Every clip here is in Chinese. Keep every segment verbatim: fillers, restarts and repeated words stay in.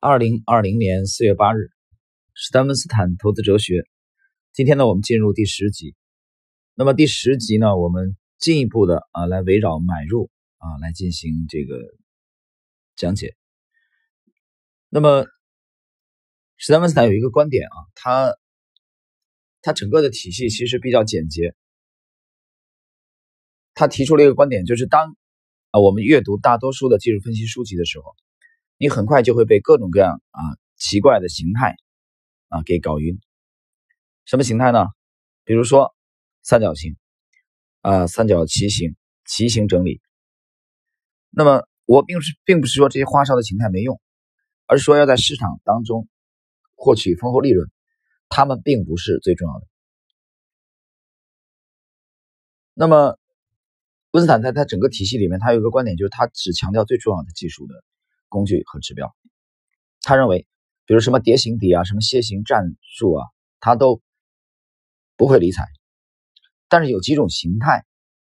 二零二零年四月八日，史丹文斯坦投资哲学。今天呢，我们进入第十集。那么第十集呢，我们进一步的啊来围绕买入啊来进行这个讲解。那么史丹文斯坦有一个观点啊，他他整个的体系其实比较简洁。他提出了一个观点，就是当啊我们阅读大多数的技术分析书籍的时候，你很快就会被各种各样啊奇怪的形态啊给搞晕。什么形态呢？比如说三角形啊、三角旗形、旗形整理。那么我并不是并不是说这些花哨的形态没用，而是说要在市场当中获取丰厚利润，它们并不是最重要的。那么温斯坦在他整个体系里面，他有一个观点，就是他只强调最重要的技术的工具和指标。他认为比如什么蝶形底啊，什么楔形战术啊，他都不会理睬。但是有几种形态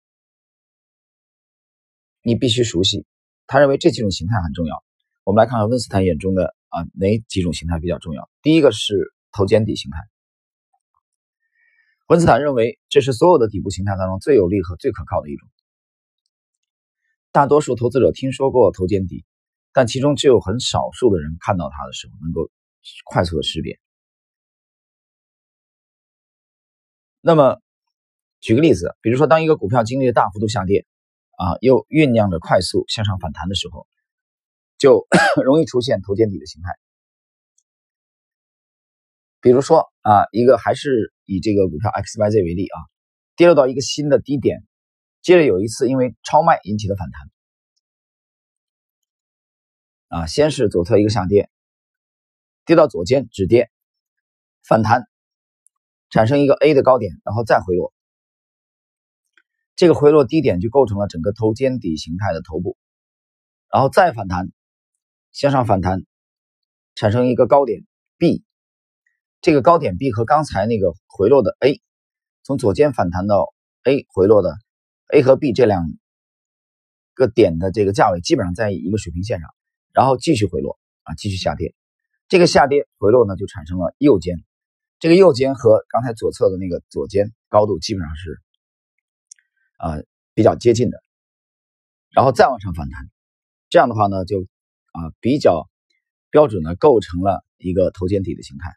你必须熟悉，他认为这几种形态很重要。我们来看看温斯坦眼中的啊哪几种形态比较重要。第一个是头肩底形态。温斯坦认为这是所有的底部形态当中最有利和最可靠的一种。大多数投资者听说过头肩底，但其中只有很少数的人看到它的时候能够快速的识别。那么举个例子，比如说当一个股票经历了大幅度下跌啊，又酝酿着快速向上反弹的时候，就容易出现头肩底的形态。比如说啊，一个还是以这个股票 X Y Z 为例啊，跌落到一个新的低点，接着有一次因为超卖引起的反弹啊，先是左侧一个下跌，跌到左肩止跌，反弹产生一个 A 的高点，然后再回落。这个回落低点就构成了整个头肩底形态的头部，然后再反弹，向上反弹，产生一个高点 B。这个高点 B 和刚才那个回落的 A， 从左肩反弹到 A 回落的 A 和 B 这两个点的这个价位基本上在一个水平线上，然后继续回落啊，继续下跌。这个下跌回落呢，就产生了右肩。这个右肩和刚才左侧的那个左肩高度基本上是啊、呃、比较接近的，然后再往上反弹。这样的话呢，就啊、呃、比较标准的构成了一个头肩底的形态。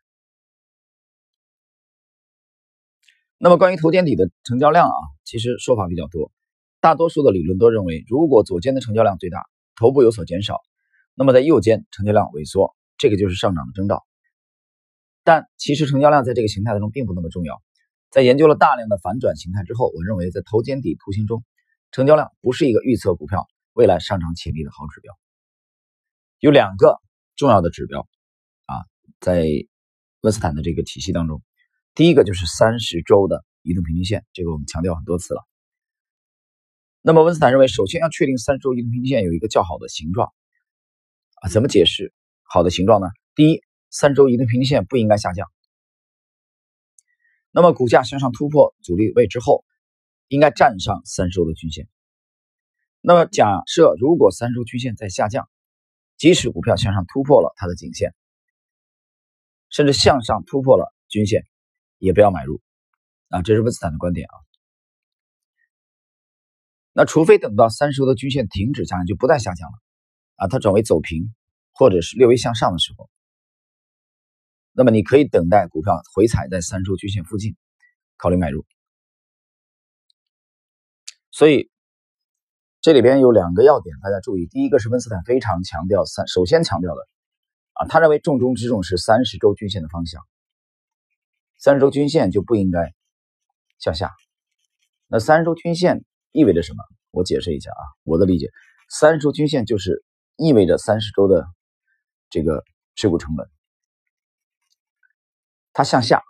那么关于头肩底的成交量啊，其实说法比较多。大多数的理论都认为，如果左肩的成交量最大，头部有所减少，那么在右肩成交量萎缩，这个就是上涨的征兆。但其实成交量在这个形态当中并不那么重要。在研究了大量的反转形态之后，我认为在头肩底图形中，成交量不是一个预测股票未来上涨潜力的好指标。有两个重要的指标啊，在温斯坦的这个体系当中，第一个就是三十周的移动平均线，这个我们强调很多次了。那么温斯坦认为，首先要确定三十周移动平均线有一个较好的形状啊，怎么解释好的形状呢？第一，三周移动平均线不应该下降。那么股价向上突破阻力位之后，应该站上三十周的均线。那么假设如果三十周均线在下降，即使股票向上突破了它的颈线，甚至向上突破了均线，也不要买入啊，这是温斯坦的观点啊。那除非等到三十周的均线停止下降，就不再下降了啊，它转为走平或者是略微向上的时候，那么你可以等待股票回踩在三十周均线附近，考虑买入。所以这里边有两个要点，大家注意。第一个是温斯坦非常强调三，首先强调的啊，他认为重中之重是三十周均线的方向，三十周均线就不应该向下。那三十周均线意味着什么？我解释一下啊，我的理解，三十周均线就是意味着三十周的这个持股成本，它向下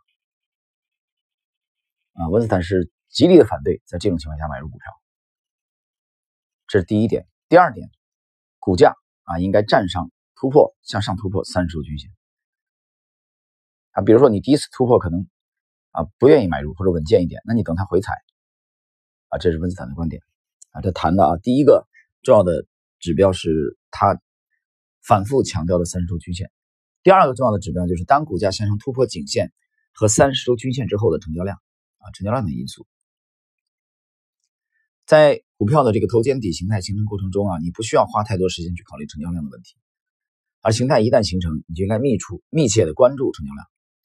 啊，温斯坦是极力的反对在这种情况下买入股票，这是第一点。第二点，股价啊应该站上突破，向上突破三十周均线啊，比如说你第一次突破可能啊不愿意买入或者稳健一点，那你等它回踩啊，这是温斯坦的观点啊。这谈的啊第一个重要的指标是他反复强调的三十周均线。第二个重要的指标就是当股价向上突破颈线和三十周均线之后的成交量啊，成交量的因素。在股票的这个头肩底形态形成过程中啊，你不需要花太多时间去考虑成交量的问题，而形态一旦形成，你就应该密处密切的关注成交量。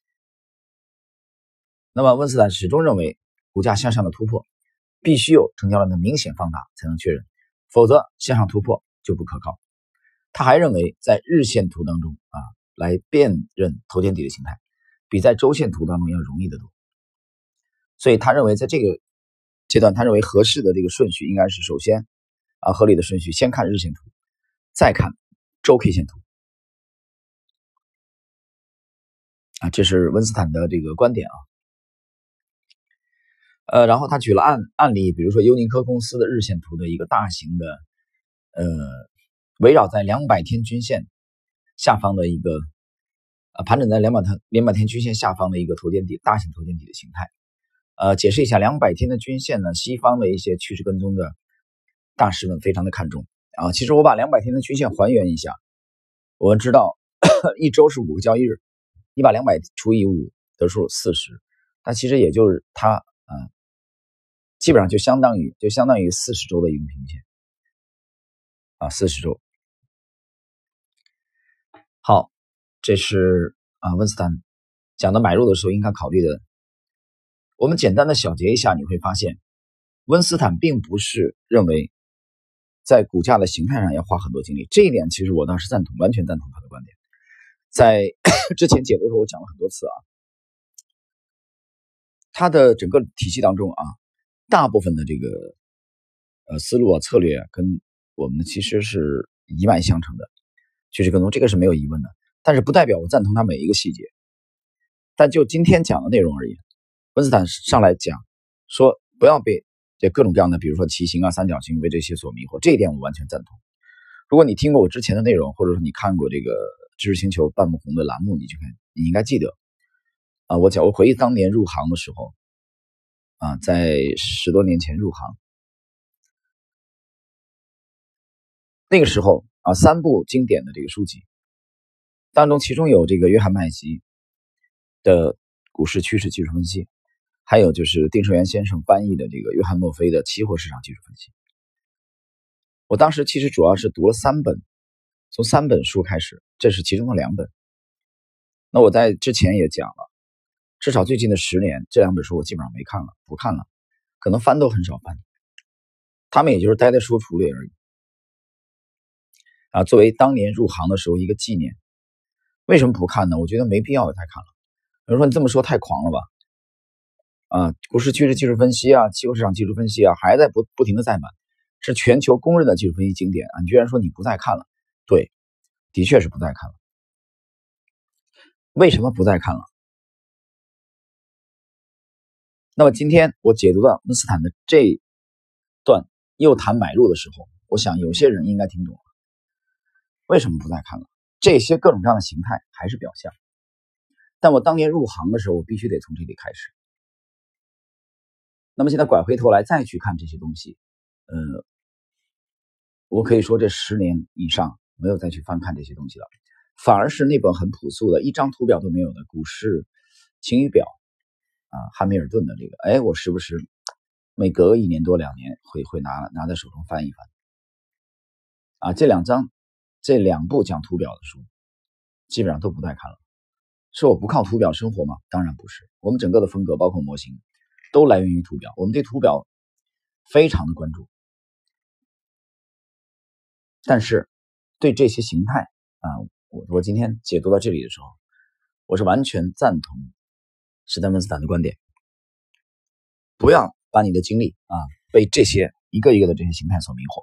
那么温斯坦始终认为，股价向上的突破必须有成交量的明显放大才能确认，否则向上突破就不可靠。他还认为，在日线图当中啊，来辨认头肩底的形态，比在周线图当中要容易得多。所以他认为，在这个阶段，他认为合适的这个顺序应该是首先啊，合理的顺序先看日线图，再看周 K 线图啊，这是温斯坦的这个观点啊。呃，然后他举了案案例，比如说优尼科公司的日线图的一个大型的，呃，围绕在两百天均线下方的一个，呃，盘整在两百天两百天均线下方的一个头肩底，大型头肩底的形态。呃，解释一下，两百天的均线呢，西方的一些趋势跟踪的大师们非常的看重啊。其实我把两百天的均线还原一下，我们知道一周是五个交易日，你把两百除以五得出四十，那其实也就是它啊。呃基本上就相当于就相当于四十周的一个平均线啊，四十周。好，这是啊温斯坦讲的买入的时候应该考虑的。我们简单的小结一下，你会发现，温斯坦并不是认为在股价的形态上要花很多精力，这一点其实我当时赞同，完全赞同他的观点。在之前解读的时候，我讲了很多次啊，他的整个体系当中啊。大部分的这个呃思路啊策略啊，跟我们其实是一脉相承的，趋势跟踪这个是没有疑问的。但是不代表我赞同它每一个细节。但就今天讲的内容而言，温斯坦上来讲说不要被这各种各样的，比如说旗形啊、三角形为这些所迷惑，这一点我完全赞同。如果你听过我之前的内容，或者说你看过这个知识星球半亩红的栏目，你就看，你应该记得啊，我讲我回忆当年入行的时候。啊，在十多年前入行，那个时候啊，三部经典的这个书籍当中，其中有这个约翰麦吉的股市趋势技术分析，还有就是丁胜元先生翻译的这个约翰墨菲的期货市场技术分析。我当时其实主要是读了三本，从三本书开始，这是其中的两本。那我在之前也讲了。至少最近的十年，这两本书我基本上没看了，不看了，可能翻都很少翻。他们也就是待在书橱里而已。啊，作为当年入行的时候一个纪念。为什么不看呢？我觉得没必要再看了。有人说你这么说太狂了吧？啊，股市趋势技术分析啊，期货市场技术分析啊，还在不不停的在买，是全球公认的技术分析经典啊。你居然说你不再看了？对，的确是不再看了。为什么不再看了？那么今天我解读到温斯坦的这段又谈买入的时候，我想有些人应该听懂了。为什么不再看了？这些各种各样的形态还是表象，但我当年入行的时候，我必须得从这里开始。那么现在拐回头来再去看这些东西，呃，我可以说这十年以上没有再去翻看这些东西了，反而是那本很朴素的一张图表都没有的股市晴雨表啊，汉密尔顿的这个，哎，我时不时每隔一年多两年会会拿拿在手中翻一翻啊，这两张这两部讲图表的书基本上都不再看了。是我不靠图表生活吗？当然不是，我们整个的风格包括模型都来源于图表，我们对图表非常的关注，但是对这些形态啊，我我今天解读到这里的时候，我是完全赞同史丹文斯坦的观点，不要把你的精力啊被这些一个一个的这些形态所迷惑。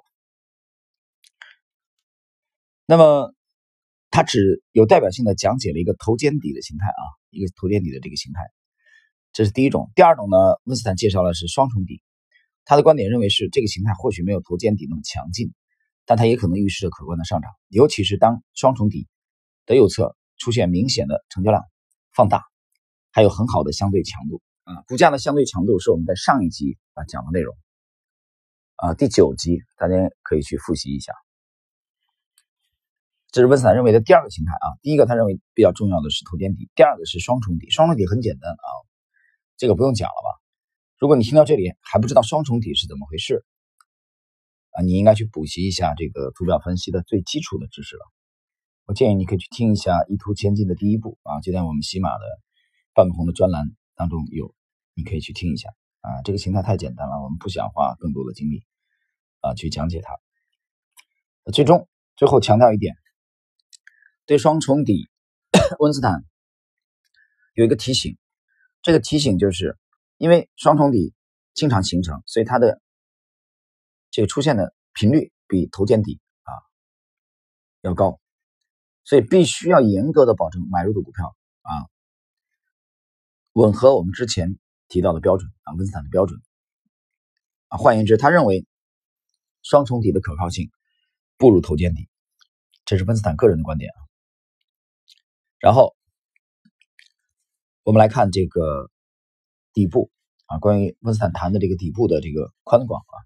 那么他只有代表性的讲解了一个头肩底的形态啊，一个头肩底的这个形态，这是第一种。第二种呢，温斯坦介绍的是双重底，他的观点认为是这个形态或许没有头肩底那么强劲，但它也可能预示着可观的上涨，尤其是当双重底的右侧出现明显的成交量放大，还有很好的相对强度啊。股价的相对强度是我们在上一集啊讲的内容啊，第九集大家可以去复习一下。 这是温斯坦认为的第二个形态啊。第一个他认为比较重要的是头肩底，第二个是双重底。双重底很简单啊，这个不用讲了吧？如果你听到这里还不知道双重底是怎么回事啊，你应该去补习一下这个图表分析的最基础的知识了。我建议你可以去听一下《一图前进的第一步》啊，就在我们喜马的半不红的专栏当中有，你可以去听一下啊。这个形态太简单了，我们不想花更多的精力啊去讲解它。最终最后强调一点，对双重底，温斯坦有一个提醒，这个提醒就是因为双重底经常形成，所以它的这个出现的频率比头肩底啊要高。所以必须要严格的保证买入的股票啊，吻合我们之前提到的标准啊，温斯坦的标准啊。换言之，他认为双重底的可靠性不如头肩底，这是温斯坦个人的观点啊。然后我们来看这个底部啊，关于温斯坦谈的这个底部的这个宽广啊，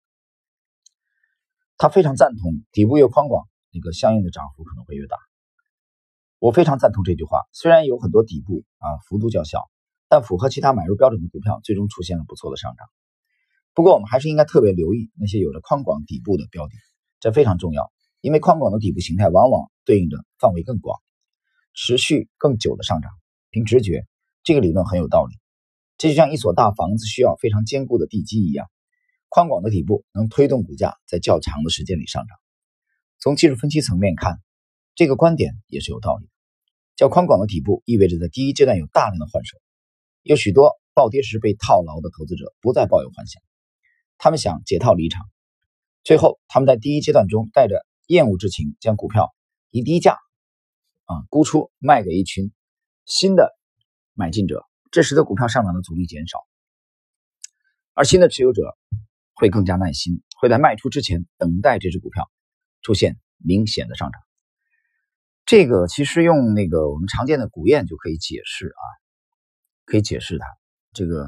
他非常赞同底部越宽广，那个相应的涨幅可能会越大。我非常赞同这句话，虽然有很多底部啊幅度较小，但符合其他买入标准的股票最终出现了不错的上涨。不过我们还是应该特别留意那些有着宽广底部的标的，这非常重要，因为宽广的底部形态往往对应着范围更广，持续更久的上涨。凭直觉，这个理论很有道理。这就像一所大房子需要非常坚固的地基一样，宽广的底部能推动股价在较长的时间里上涨。从技术分析层面看，这个观点也是有道理的。较宽广的底部意味着在第一阶段有大量的换手，有许多暴跌时被套牢的投资者不再抱有幻想，他们想解套离场，最后他们在第一阶段中带着厌恶之情将股票以低价啊估出卖给一群新的买进者，这使得股票上涨的阻力减少，而新的持有者会更加耐心，会在卖出之前等待这只股票出现明显的上涨。这个其实用那个我们常见的古谚就可以解释啊，可以解释它。这个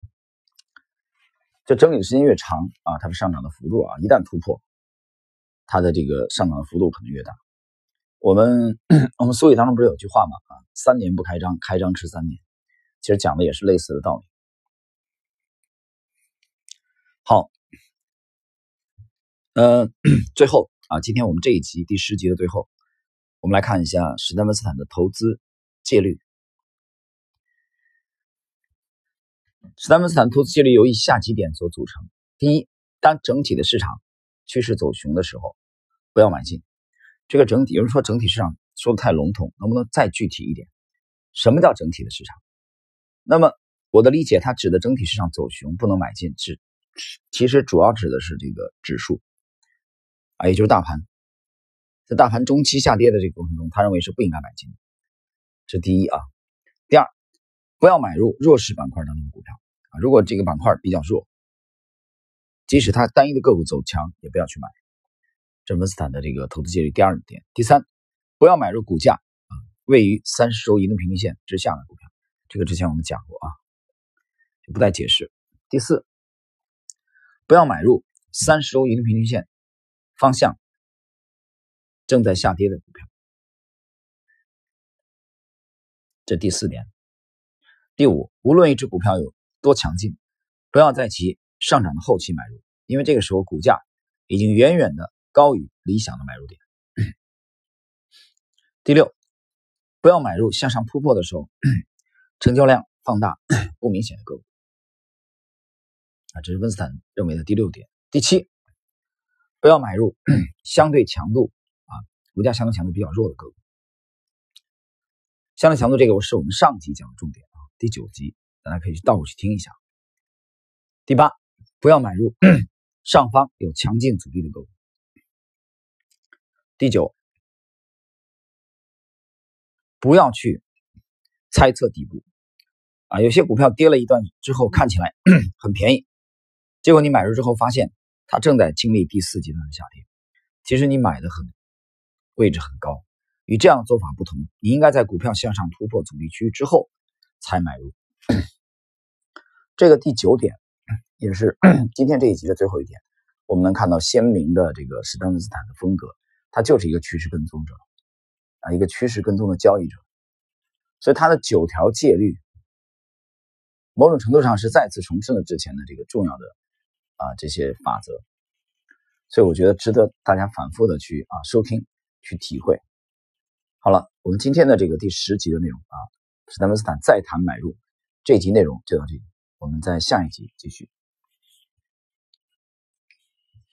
这整理的时间越长啊，它的上涨的幅度啊，一旦突破，它的这个上涨的幅度可能越大。我们我们俗语当中不是有句话吗？啊，三年不开张，开张吃三年。其实讲的也是类似的道理。好，呃，最后啊，今天我们这一集第十集的最后，我们来看一下史丹温斯坦的投资戒律。史丹温斯坦投资戒律由以下几点所组成：第一，当整体的市场趋势走熊的时候，不要买进。这个整体，有人说整体市场说的太笼统，能不能再具体一点？什么叫整体的市场？那么我的理解，它指的整体市场走熊不能买进，指其实主要指的是这个指数啊，也就是大盘。在大盘中期下跌的这个过程中，他认为是不应该买进的，这是第一啊。第二，不要买入弱势板块当中的股票啊，如果这个板块比较弱，即使它单一的个股走强，也不要去买。这是温斯坦的这个投资戒律第二点。第三，不要买入股价啊位于三十周移动平均线之下的股票，这个之前我们讲过啊，就不再解释。第四，不要买入三十周移动平均线方向正在下跌的股票，这第四点。第五，无论一只股票有多强劲，不要在其上涨的后期买入，因为这个时候股价已经远远的高于理想的买入点。第六，不要买入向上突破的时候成交量放大不明显的个股啊，这是温斯坦认为的第六点。第七，不要买入相对强度啊股价相对强度比较弱的个股。相对强度这个我是我们上集讲的重点啊，第九集大家可以倒过去听一下。第八，不要买入上方有强劲阻力的个股。第九，不要去猜测底部啊，有些股票跌了一段之后看起来很便宜，结果你买入之后发现它正在经历第四阶段的下跌，其实你买的很位置很高。与这样的做法不同，你应该在股票向上突破阻力区之后才买入。这个第九点也是今天这一集的最后一点，我们能看到鲜明的这个史丹温斯坦的风格他就是一个趋势跟踪者啊，一个趋势跟踪的交易者。所以他的九条戒律某种程度上是再次重申了之前的这个重要的啊这些法则。所以我觉得值得大家反复的去啊收听去体会。好了，我们今天的这个第十集的内容啊，史丹文斯坦再谈买入这一集内容就到这里，我们在下一集继续。